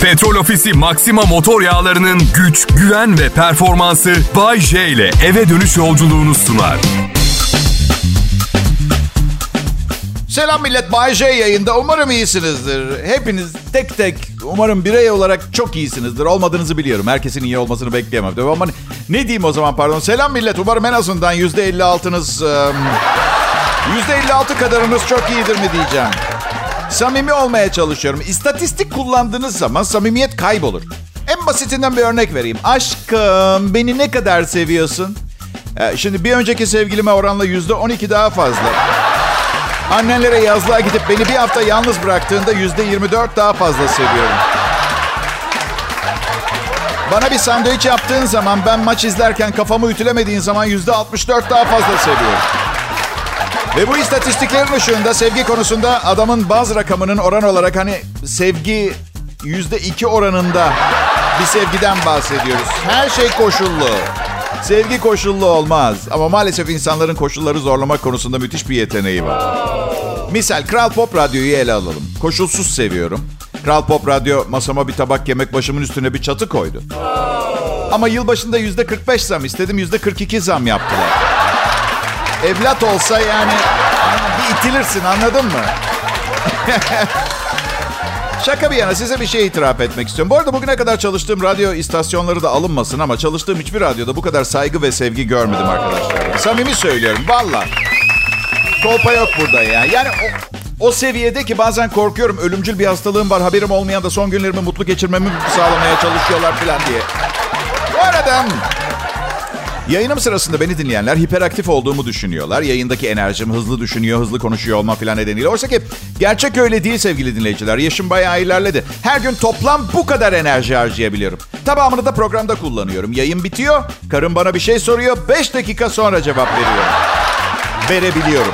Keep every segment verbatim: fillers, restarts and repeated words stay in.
Petrol Ofisi Maxima motor yağlarının güç, güven ve performansı Bay J ile eve dönüş yolculuğunu sunar. Selam millet, Bay J yayında. Umarım iyisinizdir. Hepiniz tek tek umarım birey olarak çok iyisinizdir. Olmadığınızı biliyorum. Herkesin iyi olmasını bekleyemem. Ama ne diyeyim o zaman, pardon. Selam millet, umarım en azından yüzde elli altınız... yüzde elli altı kadarınız çok iyidir mi diyeceğim. Samimi olmaya çalışıyorum. İstatistik kullandığınız zaman samimiyet kaybolur. En basitinden bir örnek vereyim. Aşkım, beni ne kadar seviyorsun? Ee, şimdi bir önceki sevgilime oranla yüzde on iki daha fazla. Annenlere yazlığa gidip beni bir hafta yalnız bıraktığında yüzde yirmi dört daha fazla seviyorum. Bana bir sandviç yaptığın zaman, ben maç izlerken kafamı ütülemediğin zaman yüzde altmış dört daha fazla seviyorum. Ve bu istatistiklerin ışığında sevgi konusunda adamın bazı rakamının oran olarak hani sevgi yüzde iki oranında bir sevgiden bahsediyoruz. Her şey koşullu. Sevgi koşullu olmaz. Ama maalesef insanların koşulları zorlamak konusunda müthiş bir yeteneği var. Misal Kral Pop Radyo'yu ele alalım. Koşulsuz seviyorum. Kral Pop Radyo masama bir tabak yemek, başımın üstüne bir çatı koydu. Ama yılbaşında yüzde kırk beş zam istedim, yüzde kırk iki zam yaptılar. Evlat olsa yani bir itilirsin, anladın mı? Şaka bir yana size bir şey itiraf etmek istiyorum. Bu arada bugüne kadar çalıştığım radyo istasyonları da alınmasın ama çalıştığım hiçbir radyoda bu kadar saygı ve sevgi görmedim arkadaşlar. Samimi söylüyorum valla. Kolpa yok burada ya. Yani o, o seviyede ki bazen korkuyorum. Ölümcül bir hastalığım var, haberim olmayan da son günlerimi mutlu geçirmemi sağlamaya çalışıyorlar falan diye. Bu arada yayınım sırasında beni dinleyenler hiperaktif olduğumu düşünüyorlar. Yayındaki enerjim, hızlı düşünüyor, hızlı konuşuyor olma falan nedeniyle. Oysa ki gerçek öyle değil sevgili dinleyiciler. Yaşım bayağı ilerledi. Her gün toplam bu kadar enerji harcayabiliyorum. Tamamını da programda kullanıyorum. Yayın bitiyor, karım bana bir şey soruyor. Beş dakika sonra cevap veriyorum. Verebiliyorum.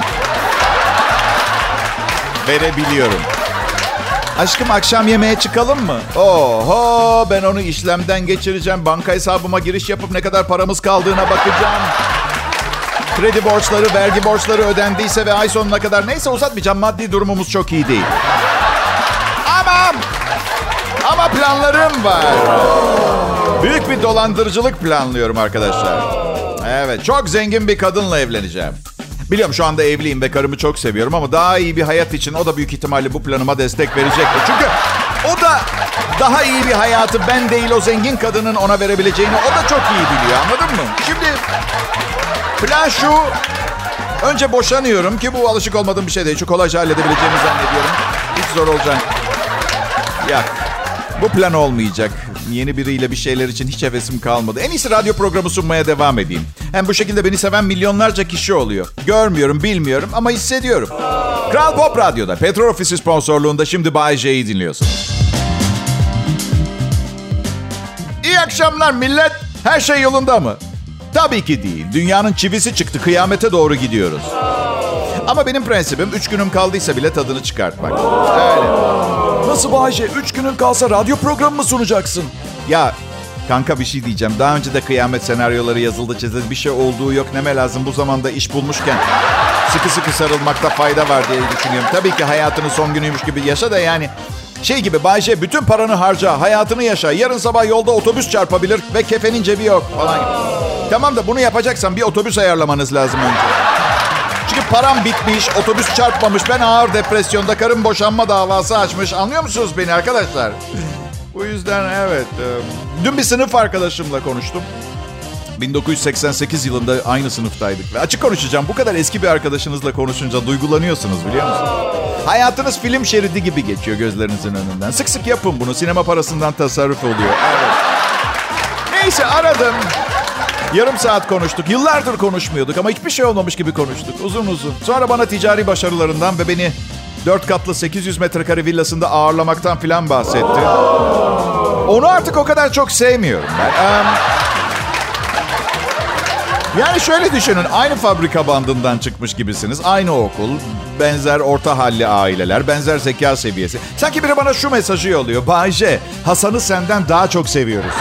Verebiliyorum. Aşkım akşam yemeğe çıkalım mı? Oho, ben onu işlemden geçireceğim. Banka hesabıma giriş yapıp ne kadar paramız kaldığına bakacağım. Kredi borçları, vergi borçları ödendiyse ve ay sonuna kadar neyse uzatmayacağım. Maddi durumumuz çok iyi değil. Ama, ama planlarım var. Büyük bir dolandırıcılık planlıyorum arkadaşlar. Evet, çok zengin bir kadınla evleneceğim. Biliyorum şu anda evliyim ve karımı çok seviyorum ama daha iyi bir hayat için o da büyük ihtimalle bu planıma destek verecektir. Çünkü o da daha iyi bir hayatı ben değil o zengin kadının ona verebileceğini o da çok iyi biliyor, anladın mı? Şimdi plan şu, önce boşanıyorum ki bu alışık olmadığım bir şey değil. Çok kolayca halledebileceğimi zannediyorum. Hiç zor olacak. Ya bu plan olmayacak. Yeni biriyle bir şeyler için hiç hevesim kalmadı. En iyisi radyo programı sunmaya devam edeyim. Hem bu şekilde beni seven milyonlarca kişi oluyor. Görmüyorum, bilmiyorum ama hissediyorum. Kral Pop Radyo'da Petrol Ofisi sponsorluğunda şimdi Bay J'yi dinliyorsunuz. İyi akşamlar millet. Her şey yolunda mı? Tabii ki değil. Dünyanın çivisi çıktı. Kıyamete doğru gidiyoruz. Ama benim prensibim üç günüm kaldıysa bile tadını çıkartmak. Öyle. Nasıl Bayce? Üç günün kalsa radyo programı mı sunacaksın? Ya kanka bir şey diyeceğim. Daha önce de kıyamet senaryoları yazıldı çizildi. Bir şey olduğu yok neme lazım. Bu zamanda iş bulmuşken sıkı sıkı sarılmakta fayda var diye düşünüyorum. Tabii ki hayatının son günüymüş gibi yaşa da yani. Şey gibi Bayce, bütün paranı harca, hayatını yaşa. Yarın sabah yolda otobüs çarpabilir ve kefenin cebi yok falan gibi. Tamam da bunu yapacaksan bir otobüs ayarlamanız lazım önce. Çünkü param bitmiş, otobüs çarpmamış, ben ağır depresyonda, karım boşanma davası açmış. Anlıyor musunuz beni arkadaşlar? Bu yüzden evet. Dün bir sınıf arkadaşımla konuştum. bin dokuz yüz seksen sekiz yılında aynı sınıftaydık. Ve açık konuşacağım, bu kadar eski bir arkadaşınızla konuşunca duygulanıyorsunuz biliyor musunuz? Hayatınız film şeridi gibi geçiyor gözlerinizin önünden. Sık sık yapın bunu, sinema parasından tasarruf oluyor. Evet. Neyse aradım. Yarım saat konuştuk. Yıllardır konuşmuyorduk ama hiçbir şey olmamış gibi konuştuk. Uzun uzun. Sonra bana ticari başarılarından ve beni dört katlı sekiz yüz metrekare villasında ağırlamaktan filan bahsetti. Onu artık o kadar çok sevmiyorum ben. Um, yani şöyle düşünün. Aynı fabrika bandından çıkmış gibisiniz. Aynı okul, benzer orta halli aileler, benzer zeka seviyesi. Sanki biri bana şu mesajı yolluyor. Bayce, Hasan'ı senden daha çok seviyoruz.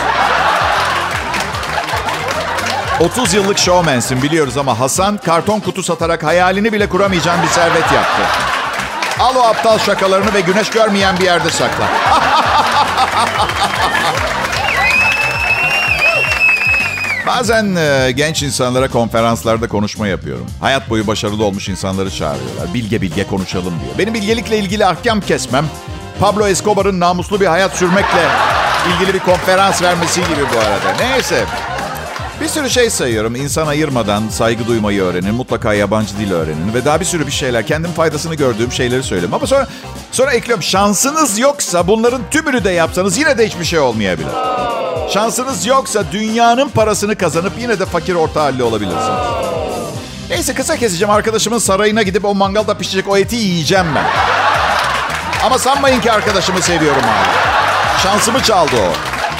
otuz yıllık showmansin biliyoruz ama Hasan karton kutu satarak hayalini bile kuramayacağın bir servet yaptı. Al o aptal şakalarını ve güneş görmeyen bir yerde sakla. Bazen e, genç insanlara konferanslarda konuşma yapıyorum. Hayat boyu başarılı olmuş insanları çağırıyorlar. Bilge bilge konuşalım diyor. Benim bilgelikle ilgili ahkam kesmem, Pablo Escobar'ın namuslu bir hayat sürmekle ilgili bir konferans vermesi gibi bu arada. Neyse. Bir sürü şey sayıyorum. İnsan ayırmadan saygı duymayı öğrenin. Mutlaka yabancı dil öğrenin. Ve daha bir sürü bir şeyler. Kendim faydasını gördüğüm şeyleri söylüyorum. Ama sonra sonra ekliyorum. Şansınız yoksa bunların tümünü de yapsanız yine de hiçbir şey olmayabilir. Şansınız yoksa dünyanın parasını kazanıp yine de fakir orta halli olabilirsiniz. Neyse, kısa keseceğim. Arkadaşımın sarayına gidip o mangalda pişecek o eti yiyeceğim ben. Ama sanmayın ki arkadaşımı seviyorum abi. Şansımı çaldı o.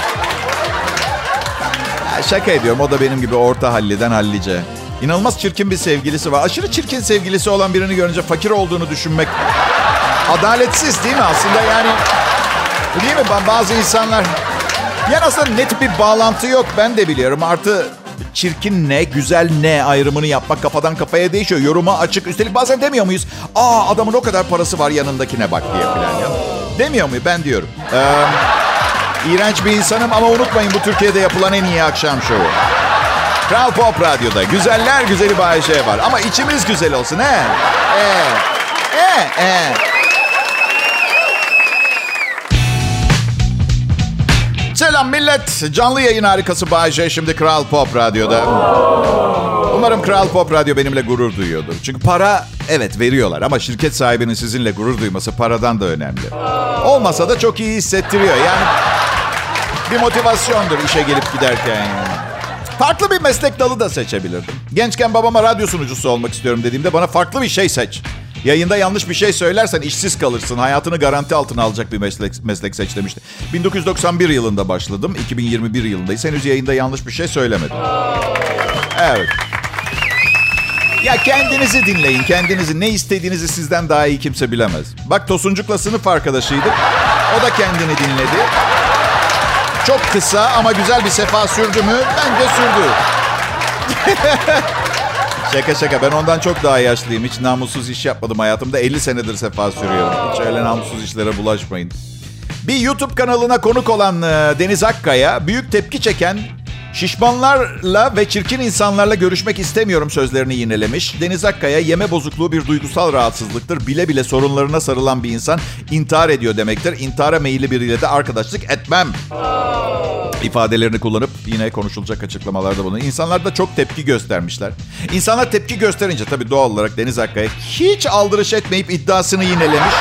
Ya şaka ediyorum. O da benim gibi orta halliden hallice. İnanılmaz çirkin bir sevgilisi var. Aşırı çirkin sevgilisi olan birini görünce fakir olduğunu düşünmek adaletsiz değil mi aslında? Yani değil mi? Bazı insanlar... Yani aslında net bir bağlantı yok, ben de biliyorum. Artı çirkin ne, güzel ne ayrımını yapmak kafadan kafaya değişiyor. Yoruma açık. Üstelik bazen demiyor muyuz? Aa, adamın o kadar parası var, yanındakine bak diye falan ya. Demiyor muyum? Ben diyorum. Ee, iğrenç bir insanım ama unutmayın, bu Türkiye'de yapılan en iyi akşam şovu. Kral Pop Radyo'da güzeller güzeli Bay J var. Ama içimiz güzel olsun he. Ee, ee, ee. Selam millet. Canlı yayın harikası Bay J şimdi Kral Pop Radyo'da. Umarım Kral Pop Radyo benimle gurur duyuyordur. Çünkü para, evet, veriyorlar ama şirket sahibinin sizinle gurur duyması paradan da önemli. Olmasa da çok iyi hissettiriyor. Yani bir motivasyondur işe gelip giderken. Yani. Farklı bir meslek dalı da seçebilirdim. Gençken babama radyo sunucusu olmak istiyorum dediğimde bana farklı bir şey seç. Yayında yanlış bir şey söylersen işsiz kalırsın. Hayatını garanti altına alacak bir meslek, meslek seç demişti. bin dokuz yüz doksan bir yılında başladım. iki bin yirmi bir yılındayız. Henüz yayında yanlış bir şey söylemedim. Evet. Ya kendinizi dinleyin. Kendinizi, ne istediğinizi sizden daha iyi kimse bilemez. Bak, Tosuncuk'la sınıf arkadaşıydık. O da kendini dinledi. Çok kısa ama güzel bir sefa sürdü mü? Bence sürdü. Şaka şaka, ben ondan çok daha yaşlıyım. Hiç namussuz iş yapmadım hayatımda. elli senedir sefa sürüyorum. Hiç öyle namussuz işlere bulaşmayın. Bir YouTube kanalına konuk olan Deniz Akkaya, büyük tepki çeken şişmanlarla ve çirkin insanlarla görüşmek istemiyorum sözlerini yinelemiş. Deniz Akkaya, yeme bozukluğu bir duygusal rahatsızlıktır. Bile bile sorunlarına sarılan bir insan intihar ediyor demektir. İntihara meyilli biriyle de arkadaşlık etmem ifadelerini kullanıp yine konuşulacak açıklamalarda bulunuyor. İnsanlar da çok tepki göstermişler. İnsanlar tepki gösterince tabii doğal olarak Deniz Akkaya hiç aldırış etmeyip iddiasını yinelemiş.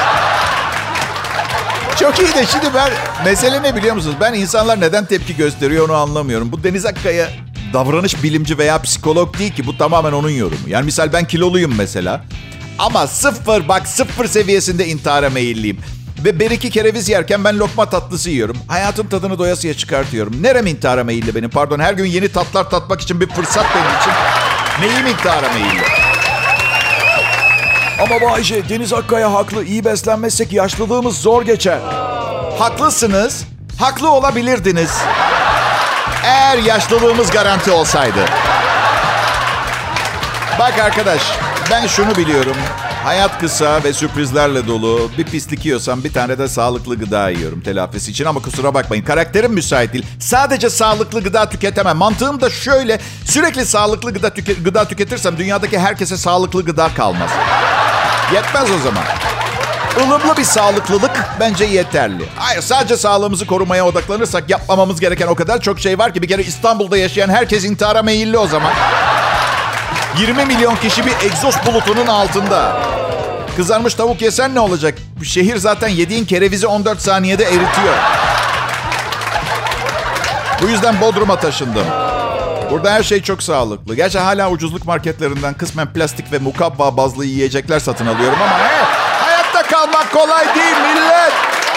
Çok iyi de şimdi ben, mesele ne biliyor musunuz? Ben insanlar neden tepki gösteriyor onu anlamıyorum. Bu Deniz Akkaya davranış bilimci veya psikolog değil ki. Bu tamamen onun yorumu. Yani misal ben kiloluyum mesela. Ama sıfır, bak sıfır seviyesinde intihara meyilliyim. Ve bir iki kereviz yerken ben lokma tatlısı yiyorum. Hayatın tadını doyasıya çıkartıyorum. Nerem intihara meyilli benim? Pardon, her gün yeni tatlar tatmak için bir fırsat benim için. Neyim intihara meyilli? Ama Bayce, Deniz Akkaya haklı. İyi beslenmezsek yaşlılığımız zor geçer. Haklısınız. Haklı olabilirdiniz. Eğer yaşlılığımız garanti olsaydı. Bak arkadaş, ben şunu biliyorum. Hayat kısa ve sürprizlerle dolu. Bir pislik yiyorsam bir tane de sağlıklı gıda yiyorum telafisi için. Ama kusura bakmayın, karakterim müsait değil. Sadece sağlıklı gıda tüketemem. Mantığım da şöyle: sürekli sağlıklı gıda, tüke- gıda tüketirsem dünyadaki herkese sağlıklı gıda kalmaz. Yetmez o zaman. Ilımlı bir sağlıklılık bence yeterli. Hayır, sadece sağlığımızı korumaya odaklanırsak yapmamamız gereken o kadar çok şey var ki. Bir kere İstanbul'da yaşayan herkes intihara meyilli o zaman. yirmi milyon kişi bir egzoz bulutunun altında. Kızarmış tavuk yesen ne olacak? Şehir zaten yediğin kerevizi on dört saniyede eritiyor. Bu yüzden Bodrum'a taşındım. Burada her şey çok sağlıklı. Gerçi hala ucuzluk marketlerinden kısmen plastik ve mukabba bazlı yiyecekler satın alıyorum ama hey, hayatta kalmak kolay değil millet.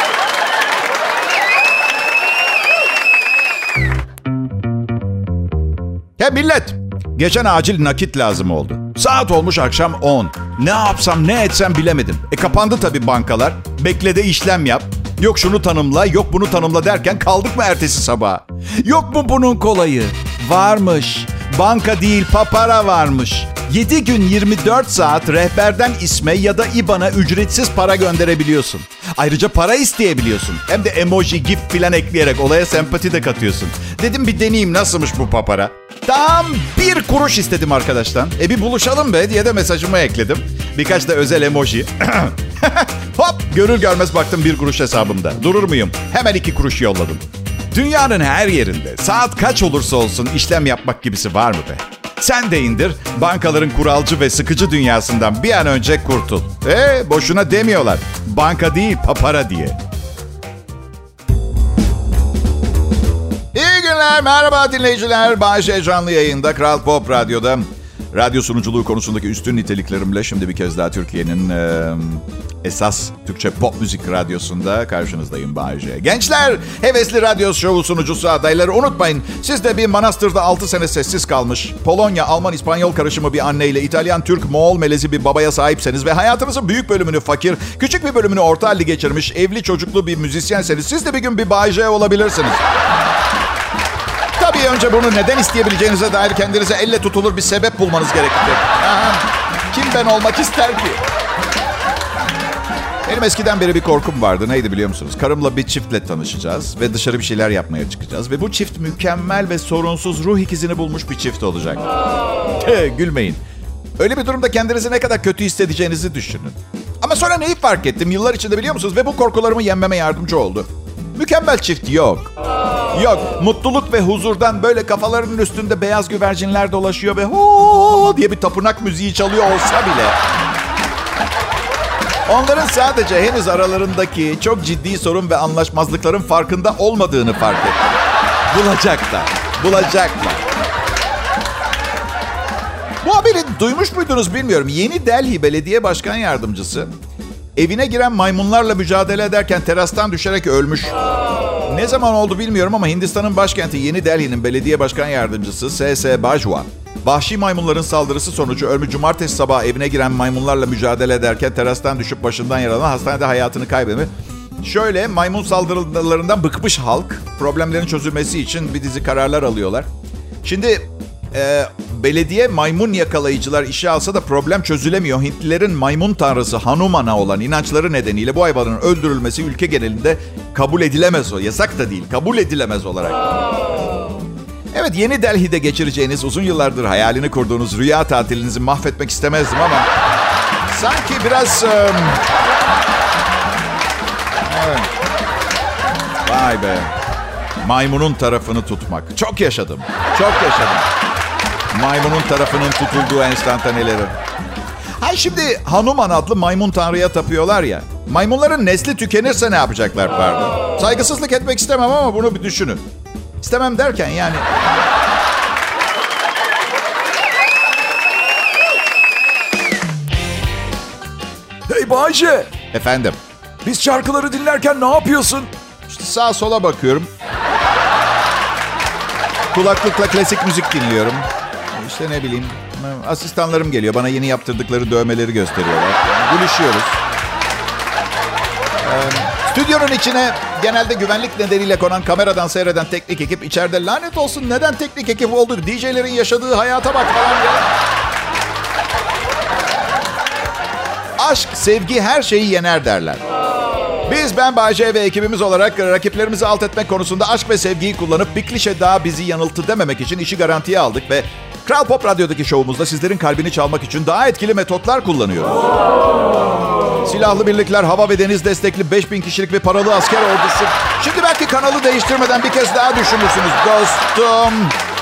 He millet, geçen acil nakit lazım oldu. Saat olmuş akşam on. Ne yapsam ne etsem bilemedim. E kapandı tabii bankalar. Bekle de işlem yap. Yok şunu tanımla, yok bunu tanımla derken kaldık mı ertesi sabaha? Yok mu bunun kolayı? Varmış. Banka değil, papara varmış. yedi gün yirmi dört saat rehberden isme ya da İ B A N''a ücretsiz para gönderebiliyorsun. Ayrıca para isteyebiliyorsun. Hem de emoji, gif filan ekleyerek olaya sempati de katıyorsun. Dedim bir deneyeyim nasılmış bu papara. Tam bir kuruş istedim arkadaştan. E bir buluşalım be diye de mesajımı ekledim. Birkaç da özel emoji. Hop görür görmez baktım bir kuruş hesabımda. Durur muyum? Hemen iki kuruş yolladım. Dünyanın her yerinde saat kaç olursa olsun işlem yapmak gibisi var mı be? Sen de indir, bankaların kuralcı ve sıkıcı dünyasından bir an önce kurtul. E boşuna demiyorlar. Banka değil, papara diye. İyi günler, merhaba dinleyiciler. Bay J canlı yayında Kral Pop Radyo'da. Radyo sunuculuğu konusundaki üstün niteliklerimle şimdi bir kez daha Türkiye'nin e, esas Türkçe pop müzik radyosunda karşınızdayım Bay J. Gençler, hevesli radyo şovu sunucusu adayları unutmayın. Siz de bir manastırda altı sene sessiz kalmış, Polonya, Alman, İspanyol karışımı bir anneyle İtalyan, Türk, Moğol melezi bir babaya sahipseniz ve hayatınızın büyük bölümünü fakir, küçük bir bölümünü orta halli geçirmiş, evli çocuklu bir müzisyenseniz siz de bir gün bir Bay J olabilirsiniz. Tabii önce bunu neden isteyebileceğinize dair kendinize elle tutulur bir sebep bulmanız gerekecek. Aha, kim ben olmak ister ki? Benim eskiden beri bir korkum vardı. Neydi biliyor musunuz? Karımla bir çiftle tanışacağız ve dışarı bir şeyler yapmaya çıkacağız. Ve bu çift mükemmel ve sorunsuz ruh ikizini bulmuş bir çift olacak. Gülmeyin. Öyle bir durumda kendinizi ne kadar kötü hissedeceğinizi düşünün. Ama sonra neyi fark ettim yıllar içinde biliyor musunuz? Ve bu korkularımı yenmeme yardımcı oldu. Mükemmel çift yok. Yok. Mutluluk ve huzurdan böyle kafalarının üstünde beyaz güvercinler dolaşıyor ve ho diye bir tapınak müziği çalıyor olsa bile onların sadece henüz aralarındaki çok ciddi sorun ve anlaşmazlıkların farkında olmadığını fark ettim. Bulacaklar. Bulacaklar. Bu haberi duymuş muydunuz bilmiyorum. Yeni Delhi Belediye Başkan Yardımcısı evine giren maymunlarla mücadele ederken terastan düşerek ölmüş. Ne zaman oldu bilmiyorum ama Hindistan'ın başkenti Yeni Delhi'nin belediye başkan yardımcısı S S Bajwa, vahşi maymunların saldırısı sonucu ölmüş cumartesi sabahı evine giren maymunlarla mücadele ederken terastan düşüp başından yaralanan hastanede hayatını kaybetmiş. Şöyle maymun saldırılarından bıkmış halk problemlerin çözülmesi için bir dizi kararlar alıyorlar. Şimdi e, belediye maymun yakalayıcılar işe alsa da problem çözülemiyor. Hintlilerin maymun tanrısı Hanuman'a olan inançları nedeniyle bu hayvanın öldürülmesi ülke genelinde kabul edilemez o. Yasak da değil, kabul edilemez olarak. Evet, Yeni Delhi'de geçireceğiniz, uzun yıllardır hayalini kurduğunuz rüya tatilinizi mahvetmek istemezdim ama sanki biraz... Um... Evet. Vay be. Maymunun tarafını tutmak. Çok yaşadım. Çok yaşadım. Maymunun tarafının tutulduğu enstantaneleri. Hay şimdi Hanuman adlı maymun tanrıya tapıyorlar ya. Maymunların nesli tükenirse ne yapacaklar pardon? Saygısızlık etmek istemem ama bunu bir düşünün. İstemem derken yani... Hey Bayce. Efendim? Biz şarkıları dinlerken ne yapıyorsun? İşte sağa sola bakıyorum. Kulaklıkla klasik müzik dinliyorum. İşte ne bileyim, asistanlarım geliyor. Bana yeni yaptırdıkları dövmeleri gösteriyorlar. Yani gülüşüyoruz. Ee, stüdyonun içine genelde güvenlik nedeniyle konan kameradan seyreden teknik ekip içeride lanet olsun neden teknik ekip oldu? D J'lerin yaşadığı hayata bak falan ya. Aşk, sevgi her şeyi yener derler. Biz ben Bay J ve ekibimiz olarak rakiplerimizi alt etmek konusunda aşk ve sevgiyi kullanıp bir klişe daha bizi yanılttı dememek için işi garantiye aldık ve Kral Pop Radyo'daki şovumuzda sizlerin kalbini çalmak için daha etkili metotlar kullanıyoruz. Silahlı birlikler, hava ve deniz destekli beş bin kişilik bir paralı asker ordusu. Şimdi belki kanalı değiştirmeden bir kez daha düşünürsünüz dostum.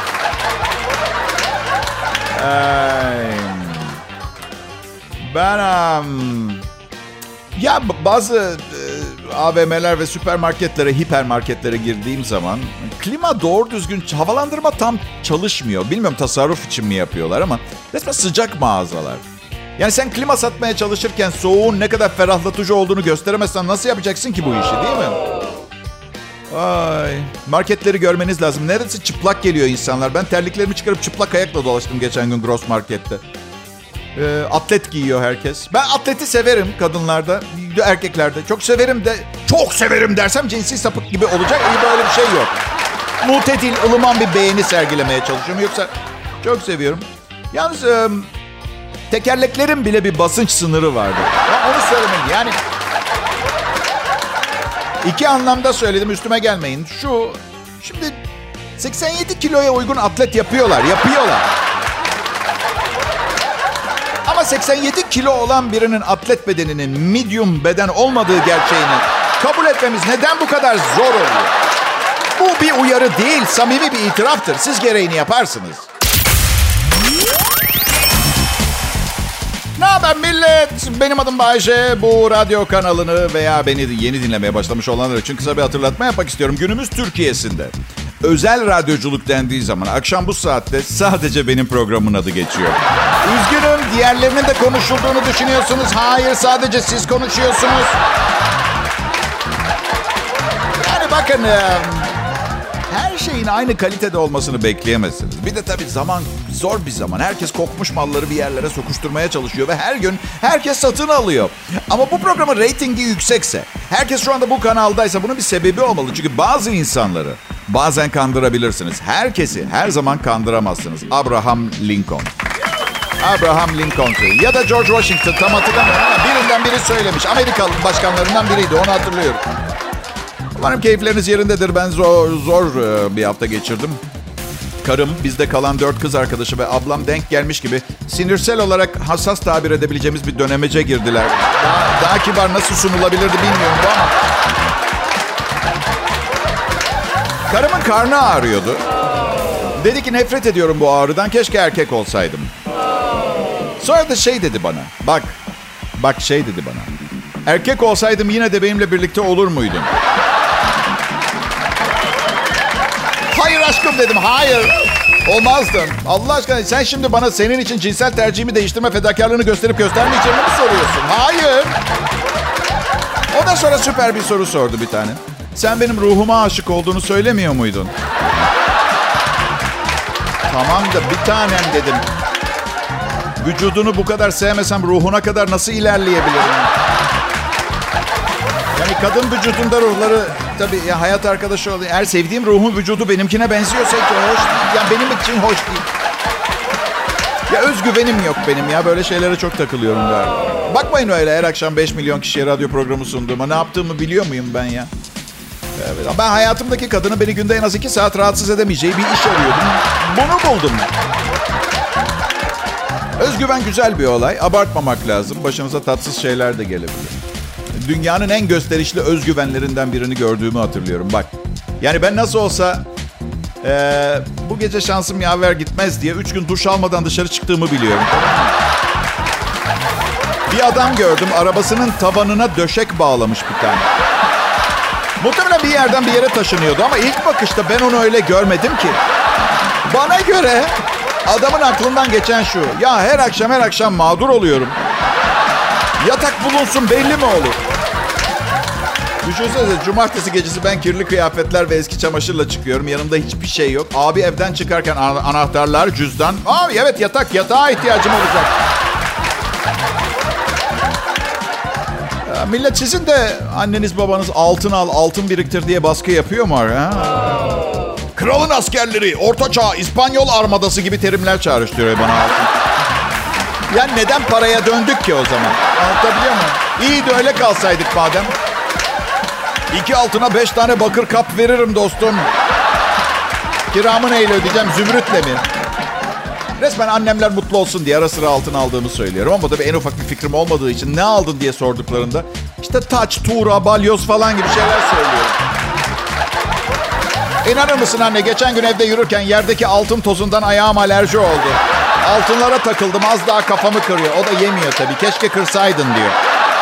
Ay. Ben... Um... Ya bazı e, A V M'ler ve süpermarketlere, hipermarketlere girdiğim zaman klima doğru düzgün, havalandırma tam çalışmıyor. Bilmiyorum tasarruf için mi yapıyorlar ama resmen sıcak mağazalar. Yani sen klima satmaya çalışırken soğuğun ne kadar ferahlatıcı olduğunu gösteremezsen nasıl yapacaksın ki bu işi, değil mi? Ay, marketleri görmeniz lazım. Neresi çıplak geliyor insanlar. Ben terliklerimi çıkarıp çıplak ayakla dolaştım geçen gün Gross Market'te. E, atlet giyiyor herkes. Ben atleti severim kadınlarda, erkeklerde. Çok severim de, çok severim dersem cinsi sapık gibi olacak. İyi böyle bir şey yok. Mutedil, ılıman bir beğeni sergilemeye çalışıyorum. Yoksa çok seviyorum. Yalnız e, tekerleklerin bile bir basınç sınırı vardı. Ya onu söylemeyin. Yani İki anlamda söyledim, üstüme gelmeyin. Şu, şimdi seksen yedi kiloya uygun atlet yapıyorlar, yapıyorlar. Ama seksen yedi kilo olan birinin atlet bedeninin medium beden olmadığı gerçeğini kabul etmemiz neden bu kadar zor oluyor? Bu bir uyarı değil, samimi bir itiraftır. Siz gereğini yaparsınız. Ne haber millet? Benim adım Bayce. Bu radyo kanalını veya beni yeni dinlemeye başlamış olanlar için kısa bir hatırlatma yapmak istiyorum. Günümüz Türkiye'sinde özel radyoculuk dendiği zaman akşam bu saatte sadece benim programın adı geçiyor. Üzgünüm, diğerlerinin de konuşulduğunu düşünüyorsunuz. Hayır, sadece siz konuşuyorsunuz. Yani bakın, her şeyin aynı kalitede olmasını bekleyemezsiniz. Bir de tabii zaman zor bir zaman. Herkes kokmuş malları bir yerlere sokuşturmaya çalışıyor ve her gün herkes satın alıyor. Ama bu programın reytingi yüksekse, herkes şu anda bu kanaldaysa bunun bir sebebi olmalı. Çünkü bazı insanları bazen kandırabilirsiniz. Herkesi her zaman kandıramazsınız. Abraham Lincoln. Abraham Lincoln ya da George Washington, tam hatırlamıyorum ama birinden biri söylemiş. Amerikalı başkanlarından biriydi, onu hatırlıyorum. Umarım keyifleriniz yerindedir. Ben zor, zor bir hafta geçirdim. Karım, bizde kalan dört kız arkadaşı ve ablam denk gelmiş gibi sinirsel olarak hassas tabir edebileceğimiz bir dönemece girdiler. Daha, daha kibar nasıl sunulabilirdi bilmiyorum ama. Karımın karnı ağrıyordu. Dedi ki nefret ediyorum bu ağrıdan, keşke erkek olsaydım. Sonra da şey dedi bana. Bak, bak şey dedi bana. Erkek olsaydım yine de benimle birlikte olur muydun? Hayır aşkım dedim, hayır. Olmazdın. Allah aşkına sen şimdi bana senin için cinsel tercihimi değiştirme fedakarlığını gösterip göstermeyeceğimi mi soruyorsun? Hayır. O da sonra süper bir soru sordu bir tane. Sen benim ruhuma aşık olduğunu söylemiyor muydun? Tamam da bir tanem dedim. Vücudunu bu kadar sevmesem ruhuna kadar nasıl ilerleyebilirim? Yani kadın vücudunda ruhları tabii ya hayat arkadaşı oluyor. Eğer sevdiğim ruhun vücudu benimkine benziyorsa hiç hoş değil. Yani benim için hoş değil. Ya özgüvenim yok benim ya. Böyle şeylere çok takılıyorum galiba. Bakmayın öyle her akşam beş milyon kişiye radyo programı sunduğuma. Ne yaptığımı biliyor muyum ben ya? Evet, ben hayatımdaki kadını beni günde en az iki saat rahatsız edemeyeceği bir iş arıyordum. Bunu buldum. Özgüven güzel bir olay. Abartmamak lazım. Başınıza tatsız şeyler de gelebilir. Dünyanın en gösterişli özgüvenlerinden birini gördüğümü hatırlıyorum. Bak, yani ben nasıl olsa ee, bu gece şansım yaver gitmez diye üç gün duş almadan dışarı çıktığımı biliyorum. Bir adam gördüm, arabasının tavanına döşek bağlamış bir tane. Muhtemelen bir yerden bir yere taşınıyordu ama ilk bakışta ben onu öyle görmedim ki. Bana göre adamın aklından geçen şu. Ya her akşam her akşam mağdur oluyorum. Yatak bulunsun belli mi olur? Düşünsenize cumartesi gecesi ben kirli kıyafetler ve eski çamaşırla çıkıyorum. Yanımda hiçbir şey yok. Abi evden çıkarken anahtarlar, cüzdan. Abi evet yatak, yatağa ihtiyacım olacak. Ya, millet sizin de anneniz babanız altın al, altın biriktir diye baskı yapıyor mu? Ha? Kralın askerleri, ortaçağ, İspanyol armadası gibi terimler çağrıştırıyor bana altın. Yani neden paraya döndük ki o zaman? Anlatabiliyor muyum? İyi de öyle kalsaydık madem. İki altına beş tane bakır kap veririm dostum. Kiramı neyle ödeyeceğim? Zümrütle mi? Resmen annemler mutlu olsun diye ara sıra altın aldığımı söylüyorum. Ama tabii en ufak bir fikrim olmadığı için ne aldın diye sorduklarında işte taç, tuğra, balyoz falan gibi şeyler söylüyorum. İnanır mısın anne? Geçen gün evde yürürken yerdeki altın tozundan ayağım alerji oldu. Altınlara takıldım, az daha kafamı kırıyor. O da yemiyor tabii. Keşke kırsaydın diyor.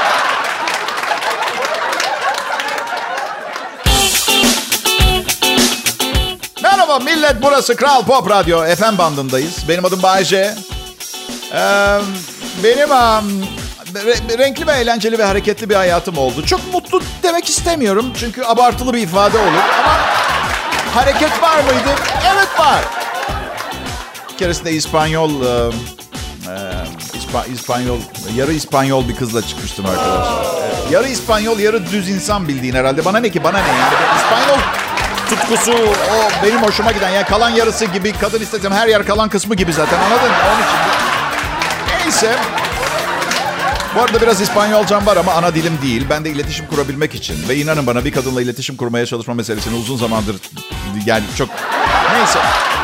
Merhaba millet, burası Kral Pop Radyo. F M bandındayız. Benim adım Bayce. Ee, benim um, re- renkli ve eğlenceli ve hareketli bir hayatım oldu. Çok mutlu demek istemiyorum. Çünkü abartılı bir ifade olur. Ama hareket var mıydı? Evet var. Bir keresinde İspanyol, e, İspa, İspanyol, yarı İspanyol bir kızla çıkmıştım arkadaşlar. E, yarı İspanyol, yarı düz insan bildiğin herhalde. Bana ne ki, bana ne yani. İspanyol tutkusu o benim hoşuma giden. Yani kalan yarısı gibi, kadın istesem her yer kalan kısmı gibi zaten, anladın mı? Onun için. Neyse. Bu arada biraz İspanyolcam var ama ana dilim değil. Ben de iletişim kurabilmek için ve inanın bana bir kadınla iletişim kurmaya çalışma meselesini uzun zamandır yani çok... Neyse.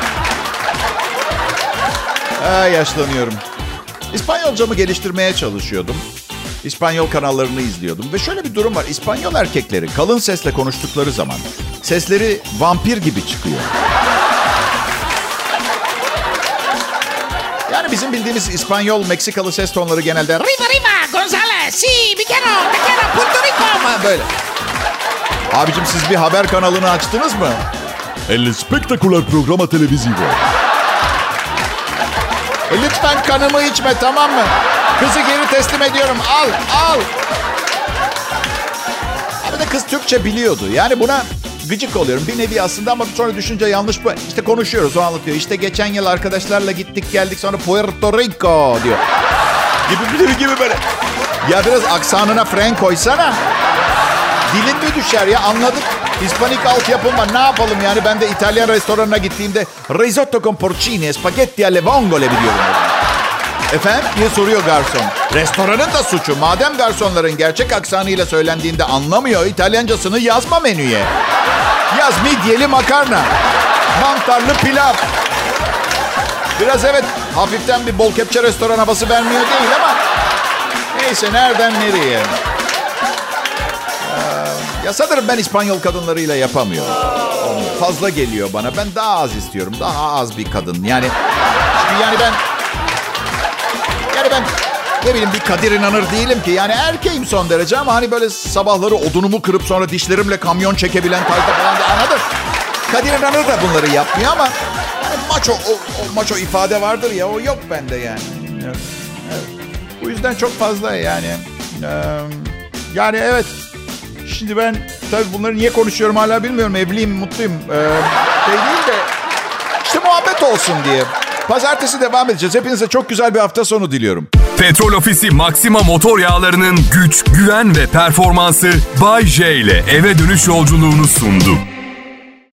Aa, yaşlanıyorum. İspanyolcamı geliştirmeye çalışıyordum. İspanyol kanallarını izliyordum. Ve şöyle bir durum var. İspanyol erkekleri kalın sesle konuştukları zaman sesleri vampir gibi çıkıyor. Yani bizim bildiğimiz İspanyol, Meksikalı ses tonları genelde Riva Riva, González, si, me quiero, me quiero, Puerto Rico. Böyle. Abicim siz bir haber kanalını açtınız mı? El spektaküler programa televisivo. E lütfen kanımı içme, tamam mı? Kızı geri teslim ediyorum. Al, al. Abi de kız Türkçe biliyordu. Yani buna gıcık oluyorum. Bir nevi aslında ama sonra düşünce yanlış bu. İşte konuşuyoruz, o anlatıyor. İşte geçen yıl arkadaşlarla gittik geldik sonra Puerto Rico diyor. Gibi gibi gibi böyle. Ya biraz aksanına fren koysana. Dilin mi düşer ya, anladık. Hispanik altyapım var, ne yapalım yani. Ben de İtalyan restoranına gittiğimde risotto con porcini, spaghetti alle vongole biliyorum. Efendim diye soruyor garson. Restoranın da suçu. Madem garsonların gerçek aksanıyla söylendiğinde anlamıyor, İtalyancasını yazma menüye. Yaz midyeli makarna, mantarlı pilav. Biraz evet hafiften bir bol kepçe restoran havası vermiyor değil ama neyse, nereden nereye. Ya sanırım ben İspanyol kadınlarıyla yapamıyorum. Fazla geliyor bana. Ben daha az istiyorum. Daha az bir kadın. Yani çünkü yani ben yani ben ne bileyim bir Kadir İnanır değilim ki. Yani erkeğim son derece ama hani böyle sabahları odunumu kırıp sonra dişlerimle kamyon çekebilen tayfa falan da anladın. Kadir İnanır da bunları yapmıyor ama yani maço, o, o maço ifade vardır ya, o yok bende yani. Evet, evet. Bu yüzden çok fazla yani. Ee, yani evet. Şimdi ben tabii bunları niye konuşuyorum hala bilmiyorum. Evliyim, mutluyum. Ee, şey değil de işte muhabbet olsun diye. Pazartesi devam edeceğiz. Hepinize çok güzel bir hafta sonu diliyorum. Petrol Ofisi Maxima motor yağlarının güç, güven ve performansı Bay J ile eve dönüş yolculuğunu sundu.